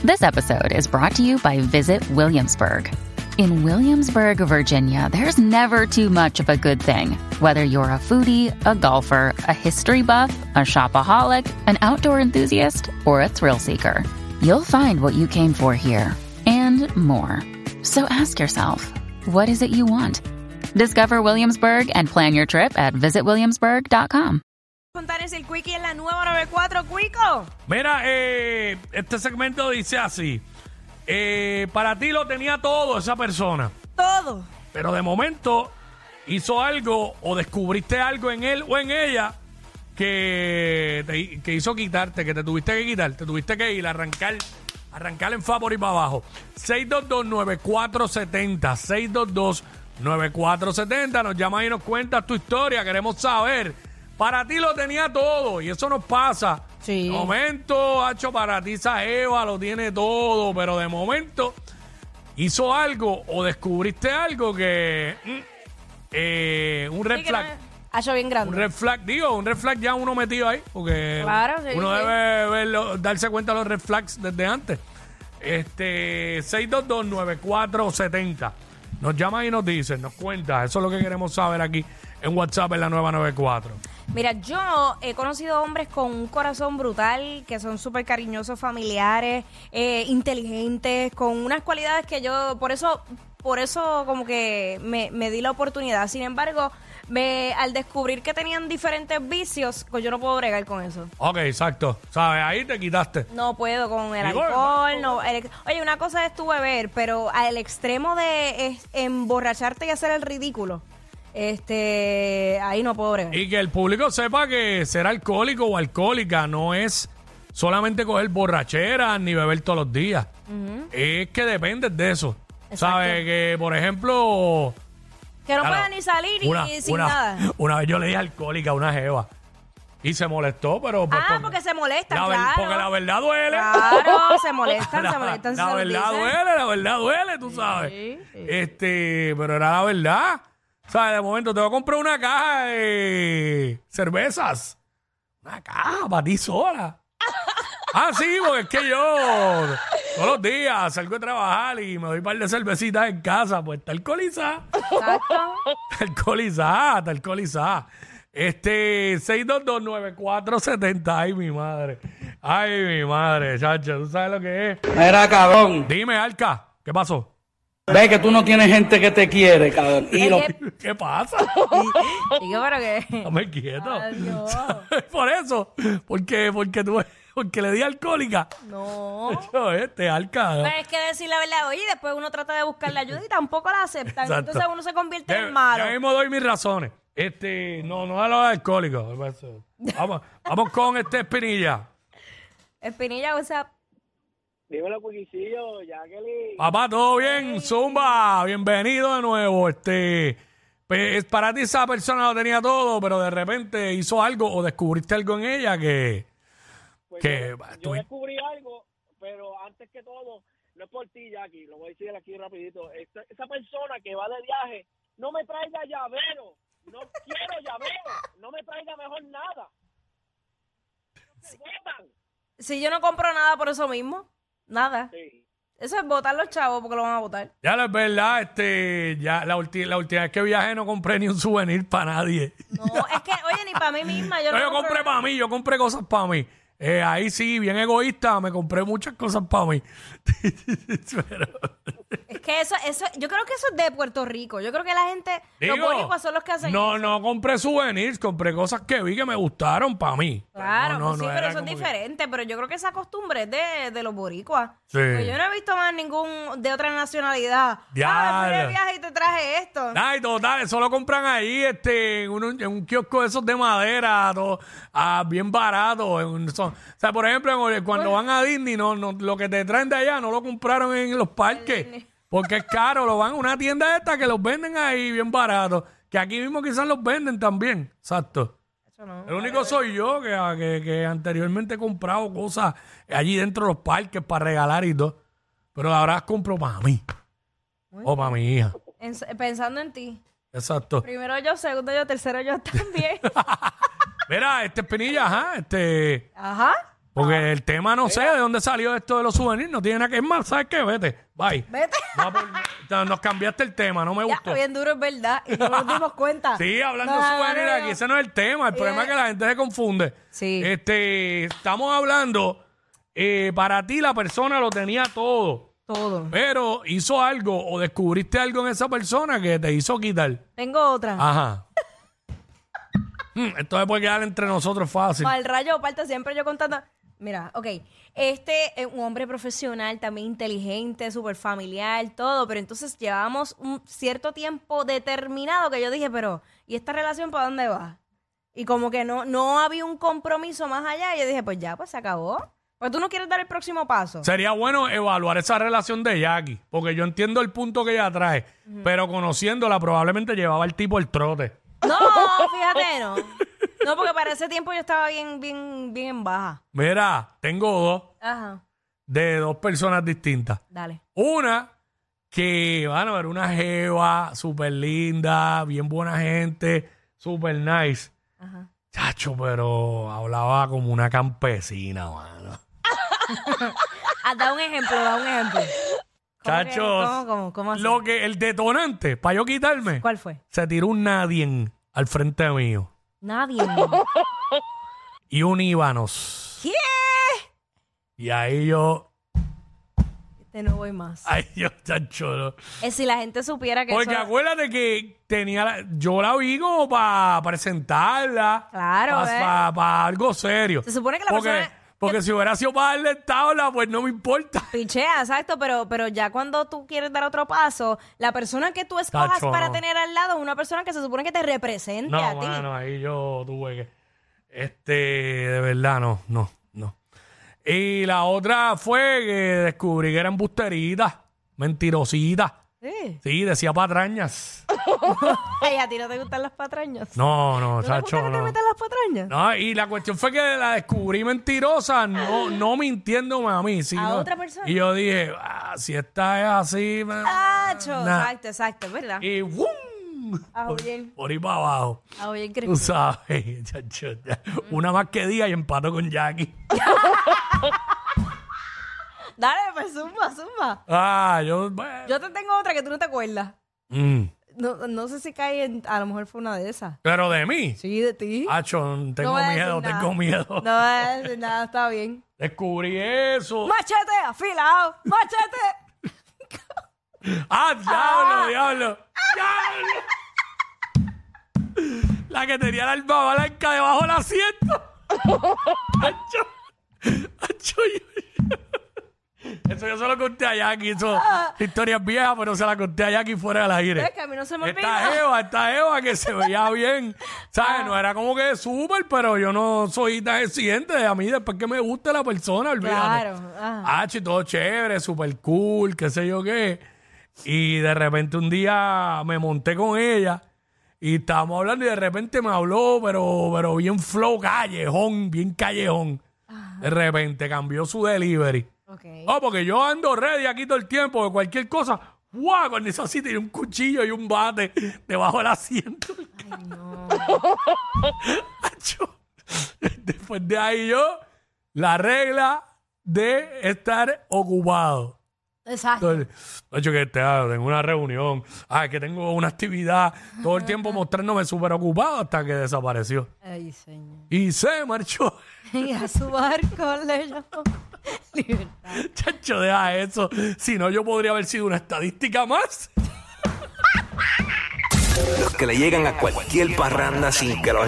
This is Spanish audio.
This episode is brought to you by Visit Williamsburg. In Williamsburg, Virginia, there's never too much of a good thing. Whether you're a foodie, a golfer, a history buff, a shopaholic, an outdoor enthusiast, or a thrill seeker, you'll find what you came for here and more. So ask yourself, what is it you want? Discover Williamsburg and plan your trip at visitwilliamsburg.com. Fontanes, el Quickie en la nueva 94, Quico. Mira, este segmento dice así. Para ti lo tenía todo esa persona. Todo. Pero de momento hizo algo o descubriste algo en él o en ella que hizo quitarte, que te tuviste que quitar, te tuviste que ir, arrancar en favor y para abajo. 622-9470, 622-9470. Nos llama y nos cuentas tu historia. Queremos saber. Para ti lo tenía todo y eso nos pasa. Sí. De momento, hacho, para ti esa Eva lo tiene todo, pero de momento hizo algo o descubriste algo que... un red flag. Ha hecho bien grande. Un red flag ya uno metido ahí, porque Claro, sí, uno sí. debe darse cuenta de los red flags desde antes. 622-9470. Nos llama y nos dice, nos cuenta. Eso es lo que queremos saber aquí en WhatsApp en la nueva 94. Mira, yo he conocido hombres con un corazón brutal, que son súper cariñosos, familiares, inteligentes, con unas cualidades que yo, por eso como que me di la oportunidad. Sin embargo, al descubrir que tenían diferentes vicios, pues yo no puedo bregar con eso. Ok, exacto. ¿Sabes? Ahí te quitaste. No puedo con el Digo, alcohol. No, oye, una cosa es tu beber, pero al extremo de emborracharte y hacer el ridículo, ahí no puedo bregar. Y que el público sepa que ser alcohólico o alcohólica no es solamente coger borrachera ni beber todos los días. Es que depende de eso. Exacto. ¿Sabes? Que, por ejemplo... Que no Claro, puedan ni salir y sin nada. Una vez yo le dije alcohólica a una jeva y se molestó, pero... pues, Porque se molestan, porque claro. la verdad duele. Claro, se molestan, La si verdad se lo dicen. la verdad duele, tú sabes. Sí. Pero era la verdad. ¿Sabes? De momento te voy a comprar una caja de cervezas. Una caja para ti sola. Sí, porque es que yo todos los días salgo a trabajar y me doy un par de cervecitas en casa, pues está alcoholizada. Exacto. Está alcoholizada. 622-9470. Ay, mi madre, chacho, ¿tú sabes lo que es? Mira, cabrón, Dime, Alca, ¿qué pasó? ve que tú no tienes gente que te quiere, cabrón. ¿Qué pasa? Digo, pero que... Dame quieto. Ay, Dios. Por eso, porque le di alcohólica. No. Yo, Alca. Pero es que decir la verdad, oye, después uno trata de buscar la ayuda y tampoco la aceptan. Exacto. Entonces uno se convierte en malo. Ya mismo doy mis razones. No a los alcohólicos. Vamos con Espinilla. Espinilla, o sea, Dímelo, Cuquicillo, Jacqueline. Papá, ¿todo bien? Zumba, bienvenido de nuevo. Pues, para ti esa persona lo tenía todo, pero de repente hizo algo o descubriste algo en ella que... Pues que yo descubrí algo, pero antes que todo, no es por ti, Jackie, lo voy a decir aquí rapidito. Esa persona que va de viaje, no me traiga llavero, no quiero llavero, no me traiga mejor nada. Se botan. si yo no compro nada por eso mismo, nada. Sí. Eso es votar los chavos porque lo van a votar. Ya es verdad, ya la última vez que viajé no compré ni un souvenir para nadie. No, es que, oye, ni para mí misma. Yo, No, no yo compré para mí, yo compré cosas para mí. Ahí sí, bien egoísta, me compré muchas cosas para mí. Pero, Es que eso, yo creo que eso es de Puerto Rico. Yo creo que la gente, los digo, boricuas son los que hacen eso. no compré souvenirs, compré cosas que vi que me gustaron para mí. Claro, No, pues sí, no pero era eso es como que- diferente. Pero yo creo que esa costumbre es de los boricuas. Sí. Pues yo no he visto más ningún de otra nacionalidad. Ya, Fui de ya. viaje y te traje esto. Ay, total, eso lo compran ahí en un kiosco de esos de madera, bien barato. O sea, por ejemplo, cuando van a Disney, no, lo que te traen de allá no lo compraron en los parques, porque es caro, lo van a una tienda esta que los venden ahí bien barato, que aquí mismo quizás los venden también, exacto. Eso no. El único soy yo que anteriormente he comprado cosas allí dentro de los parques para regalar y todo, pero ahora las compro para mí o para mi hija. Pensando en ti. Exacto. Primero yo, segundo yo, tercero yo también. Mira, Espinilla, Ajá. Porque el tema no sé de dónde salió esto de los souvenirs. No tiene nada que ver más. ¿Sabes qué? Vete. Bye. Vete. Nos cambiaste el tema. No me Ya, gustó. bien duro, es verdad. Y no nos dimos cuenta. Sí, hablando de souvenirs aquí. Ese no es el tema. El problema es que la gente se confunde. Sí. Estamos hablando... para ti la persona lo tenía todo. Todo. Pero hizo algo o descubriste algo en esa persona que te hizo quitar. Tengo otra. Ajá. Esto se puede quedar entre nosotros fácil. Al rayo parte siempre yo contando. Mira, ok. Este es un hombre profesional, también inteligente, súper familiar, todo. Pero entonces llevábamos un cierto tiempo determinado que yo dije, pero ¿y esta relación para dónde va? Y como que no había un compromiso más allá. Y yo dije, pues ya, pues se acabó. Pues tú no quieres dar el próximo paso. Sería bueno evaluar esa relación de Jackie, porque yo entiendo el punto que ella trae, pero conociéndola probablemente llevaba el tipo el trote. No, fíjate, no. No, porque para ese tiempo yo estaba bien en baja. Mira, tengo dos Ajá. de dos personas distintas. Dale. Una que, bueno, era una jeva súper linda, bien buena gente, súper nice. Ajá. Chacho, pero hablaba como una campesina, mano. Da un ejemplo. Chacho, ¿Cómo así? el detonante, para yo quitarme, ¿Cuál fue? se tiró un nadie al frente mío. Nadie. Y un íbanos. ¿Qué? Y ahí yo, No voy más. chacho, no. Si la gente supiera que Porque eso... acuérdate que yo la vi como para presentarla. Claro, Para algo serio. Se supone que la persona... Porque si hubiera sido para darle tabla, pues no me importa. Pichea, exacto, pero ya cuando tú quieres dar otro paso, la persona que tú escojas Tacho, para no. tener al lado es una persona que se supone que te represente No, a ti. mano, ahí yo tuve que... de verdad, no. Y la otra fue que descubrí que era embusterita, mentirosita. Sí. Sí, decía patrañas. Ay, ¿a ti no te gustan las patrañas? No, ¿No te chacho, gusta que te no. metan las patrañas? No, y la cuestión fue que la descubrí mentirosa, no mintiéndome a mí. Sino, ¿A otra persona? Y yo dije, si esta es así... Tacho, nah. exacto, es verdad. Y ¡wum! Por ahí para abajo. Oye, Tú sabes, chacho, una más que día y empato con Jackie. Dale, pues zumba. Bueno. Yo te tengo otra que tú no te acuerdas. Mm. No sé si cae en... A lo mejor fue una de esas. Pero de mí. Sí, de ti. Acho, No voy a decir nada. tengo miedo. No voy a decir nada, está bien. Descubrí eso. ¡Machete! ¡Afilado! ¡Machete! ¡Diablo! La que tenía la alma blanca debajo del asiento. Acho, eso yo se lo conté a Jackie. Eso, historias viejas, pero se la conté a Jackie fuera del aire. Es que a mí no se me olvida. Esta Eva que se veía bien, ¿sabes? No era como que súper, pero yo no soy tan exigente. A mí, después que me guste la persona, olvídate. Claro. Ajá. Todo chévere, súper cool, qué sé yo qué. Y de repente un día me monté con ella y estábamos hablando y de repente me habló, pero bien flow callejón, bien callejón. Ajá. De repente cambió su delivery. Okay. Porque yo ando ready aquí todo el tiempo de cualquier cosa. ¡Wow! Cuando eso así tiene un cuchillo y un bate debajo del asiento. Ay, no. Después de ahí la regla de estar ocupado. Exacto. Entonces, que tengo una reunión, que tengo una actividad, todo el tiempo mostrándome súper ocupado hasta que desapareció. Ay, señor. Y se marchó. Y a su barco le llamó libertad. Chacho, deja eso. Si no, yo podría haber sido una estadística más. Los que le llegan a cualquier parranda sin que los